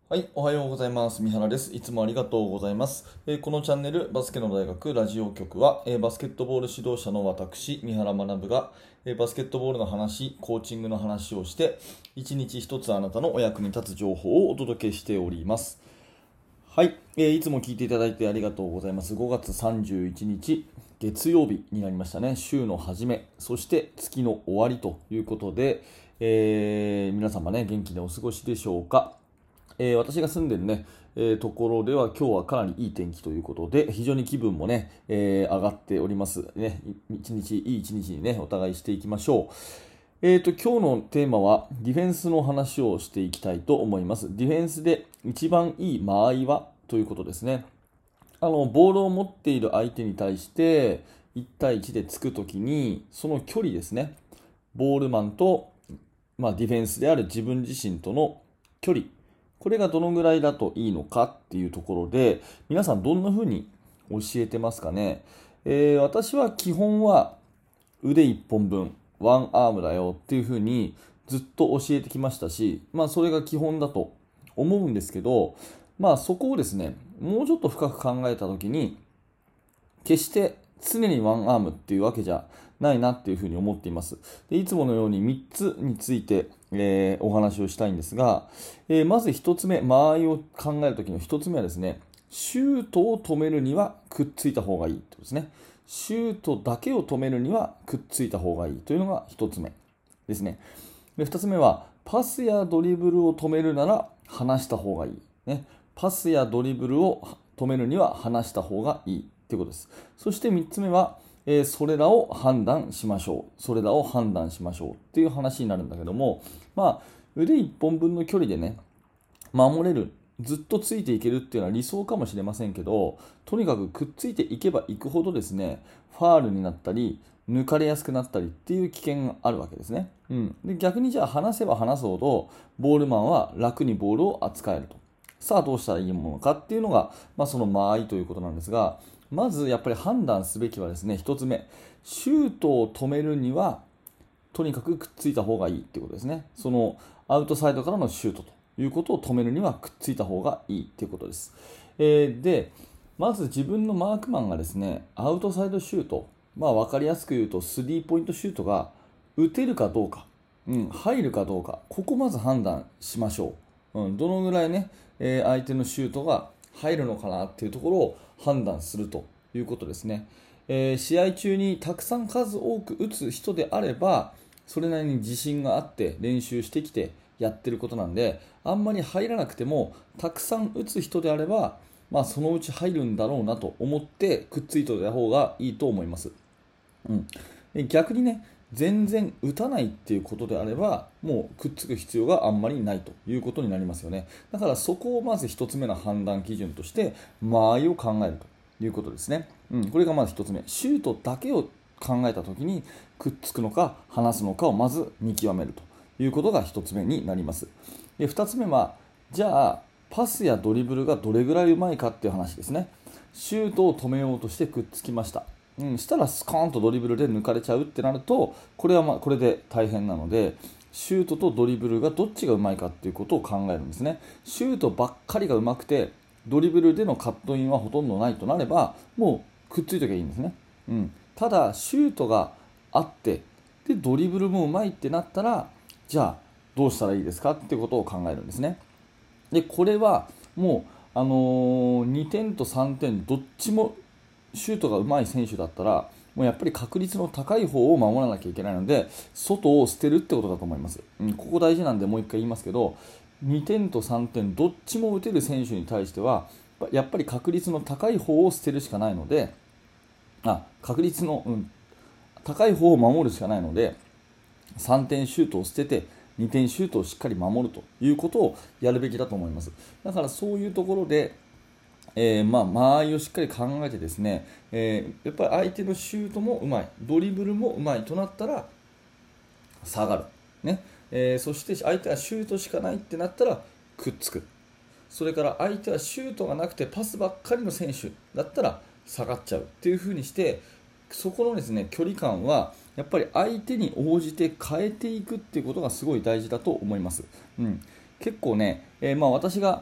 はい、おはようございます。三原です。いつもありがとうございます。このチャンネル、バスケの大学ラジオ局は、バスケットボール指導者の私、三原学が、バスケットボールの話、コーチングの話をして、一日一つあなたのお役に立つ情報をお届けしております。はい、いつも聞いていただいてありがとうございます。5月31日、月曜日になりましたね。週の初め、そして月の終わりということで、皆様ね、元気でお過ごしでしょうか。私が住んでるね、ところでは今日はかなりいい天気ということで、非常に気分もね、上がっておりますね。いい一日にね、お互いしていきましょう。今日のテーマはディフェンスの話をしていきたいと思います。ディフェンスで一番いい間合いはということですね。ボールを持っている相手に対して1対1でつくときに、その距離ですね。ボールマンと、ディフェンスである自分自身との距離。これがどのぐらいだといいのかっていうところで、皆さんどんな風に教えてますかね。私は基本は腕1本分、ワンアームだよっていう風にずっと教えてきましたし、それが基本だと思うんですけど、そこをですね、もうちょっと深く考えたときに、決して常にワンアームっていうわけじゃないなっていうふうに思っています。でいつものように3つについて、お話をしたいんですが、まず1つ目、間合いを考えるときの1つ目はですね、シュートを止めるにはくっついた方がいいということですね。シュートだけを止めるにはくっついた方がいいというのが1つ目ですね。で2つ目は、パスやドリブルを止めるなら離した方がいい。ね、パスやドリブルを止めるには離した方がいいということです。そして3つ目は、それらを判断しましょう。それらを判断しましょうっていう話になるんだけども、腕1本分の距離でね、守れる、ずっとついていけるっていうのは理想かもしれませんけど、とにかくくっついていけばいくほどですね、ファールになったり、抜かれやすくなったりっていう危険があるわけですね。で逆にじゃあ離せば離すほど、ボールマンは楽にボールを扱えると。さあどうしたらいいものかっていうのが、その間合いということなんですが、まずやっぱり判断すべきはですね、一つ目、シュートを止めるにはとにかくくっついた方がいいってことですね。そのアウトサイドからのシュートということを止めるにはくっついた方がいいっていうことです。で、まず自分のマークマンがですね、アウトサイドシュート、分かりやすく言うとスリーポイントシュートが打てるかどうか、入るかどうか、ここまず判断しましょう。どのぐらいね、相手のシュートが入るのかなっていうところを判断するということですね。試合中にたくさん数多く打つ人であれば、それなりに自信があって練習してきてやってることなんで、あんまり入らなくてもたくさん打つ人であれば、そのうち入るんだろうなと思ってくっついておいた方がいいと思います。逆にね、全然打たないっていうことであれば、もうくっつく必要があんまりないということになりますよね。だからそこをまず一つ目の判断基準として間合いを考えるということですね。これがまず一つ目。シュートだけを考えたときにくっつくのか離すのかをまず見極めるということが一つ目になります。で、二つ目は、じゃあパスやドリブルがどれぐらいうまいかっていう話ですね。シュートを止めようとしてくっつきました。したらスコーンとドリブルで抜かれちゃうってなると、これはこれで大変なので、シュートとドリブルがどっちがうまいかっていうことを考えるんですね。シュートばっかりがうまくて、ドリブルでのカットインはほとんどないとなれば、もうくっついときゃいいんですね。ただ、シュートがあって、で、ドリブルもうまいってなったら、じゃあ、どうしたらいいですかっていうことを考えるんですね。で、これはもう、2点と3点、どっちもシュートが上手い選手だったら、もうやっぱり確率の高い方を守らなきゃいけないので、外を捨てるってことだと思います。ここ大事なんでもう一回言いますけど、2点と3点、どっちも打てる選手に対しては、やっぱり確率の高い方を捨てるしかないので、確率の、高い方を守るしかないので、3点シュートを捨てて、2点シュートをしっかり守るということをやるべきだと思います。だからそういうところで、間合いをしっかり考えてですね、やっぱり相手のシュートもうまい、ドリブルもうまいとなったら下がる、ねそして相手はシュートしかないってなったらくっつく。それから相手はシュートがなくてパスばっかりの選手だったら下がっちゃうっていう風にして、そこのですね距離感はやっぱり相手に応じて変えていくっていうことがすごい大事だと思います。結構ね、私が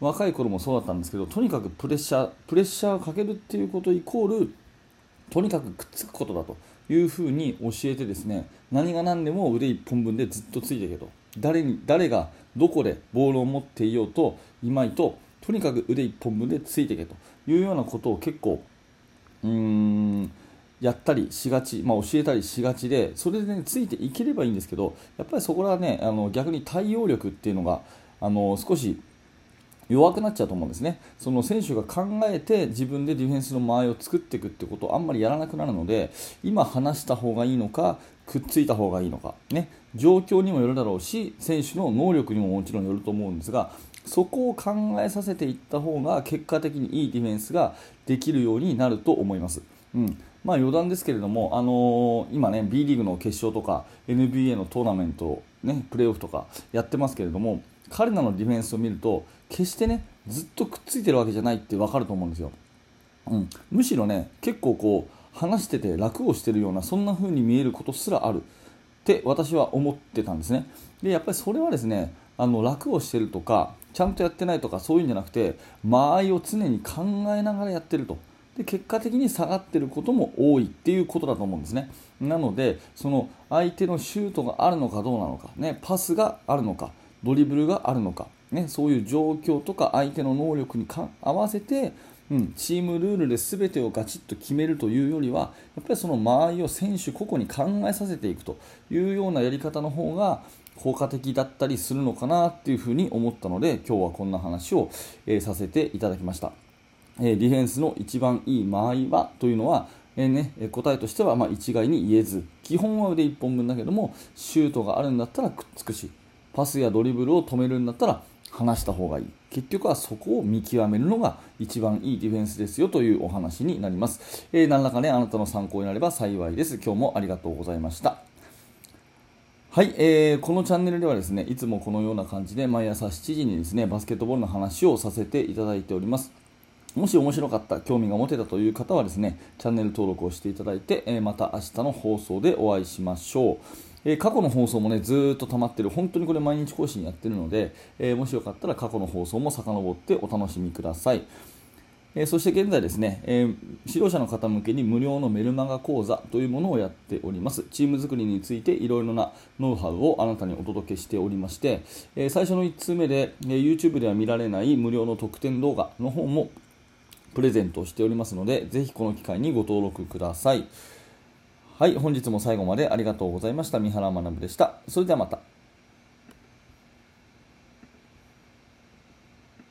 若い頃もそうだったんですけど、とにかくプレッシャーをかけるっていうことイコールとにかくくっつくことだというふうに教えてですね、何が何でも腕1本分でずっとついていけと、誰がどこでボールを持っていようといまいと、とにかく腕1本分でついていけというようなことを結構やったりしがち、教えたりしがちで、それで、ね、ついていければいいんですけど、やっぱりそこはね、逆に対応力っていうのが少し弱くなっちゃうと思うんですね。その選手が考えて自分でディフェンスの間合いを作っていくってことをあんまりやらなくなるので、今離した方がいいのかくっついた方がいいのか、ね、状況にもよるだろうし、選手の能力にももちろんよると思うんですが、そこを考えさせていった方が結果的にいいディフェンスができるようになると思います。余談ですけれども、今ね B リーグの決勝とか NBA のトーナメント、プレーオフとかやってますけれども、彼らのディフェンスを見ると決してねずっとくっついてるわけじゃないって分かると思うんですよ。むしろね結構話してて楽をしているような、そんな風に見えることすらあるって私は思ってたんですね。でやっぱりそれはですね、楽をしているとかちゃんとやってないとかそういうんじゃなくて、間合いを常に考えながらやってると。で結果的に下がっていることも多いっていうことだと思うんですね。なのでその相手のシュートがあるのかどうなのか、パスがあるのかドリブルがあるのか、そういう状況とか相手の能力に合わせて、チームルールで全てをガチッと決めるというよりは、やっぱりその間合いを選手個々に考えさせていくというようなやり方の方が効果的だったりするのかなっていうふうに思ったので、今日はこんな話を、させていただきました。ディフェンスの一番いい間合いはというのは、答えとしては一概に言えず、基本は腕1本分だけども、シュートがあるんだったらくっつくし、パスやドリブルを止めるんだったら離した方がいい。結局はそこを見極めるのが一番いいディフェンスですよというお話になります。何らかねあなたの参考になれば幸いです。今日もありがとうございました。はい、このチャンネルではですね、いつもこのような感じで毎朝7時にですねバスケットボールの話をさせていただいております。もし面白かった、興味が持てたという方はですね、チャンネル登録をしていただいて、また明日の放送でお会いしましょう。過去の放送もね、ずーっと溜まってる、本当にこれ毎日更新やってるので、もしよかったら過去の放送も遡ってお楽しみください。そして現在ですね、指導者の方向けに無料のメルマガ講座というものをやっております。チーム作りについていろいろなノウハウをあなたにお届けしておりまして、最初の1通目で、YouTube では見られない無料の特典動画の方もプレゼントをしておりますので、ぜひこの機会にご登録ください。はい、本日も最後までありがとうございました。三原学でした。それではまた。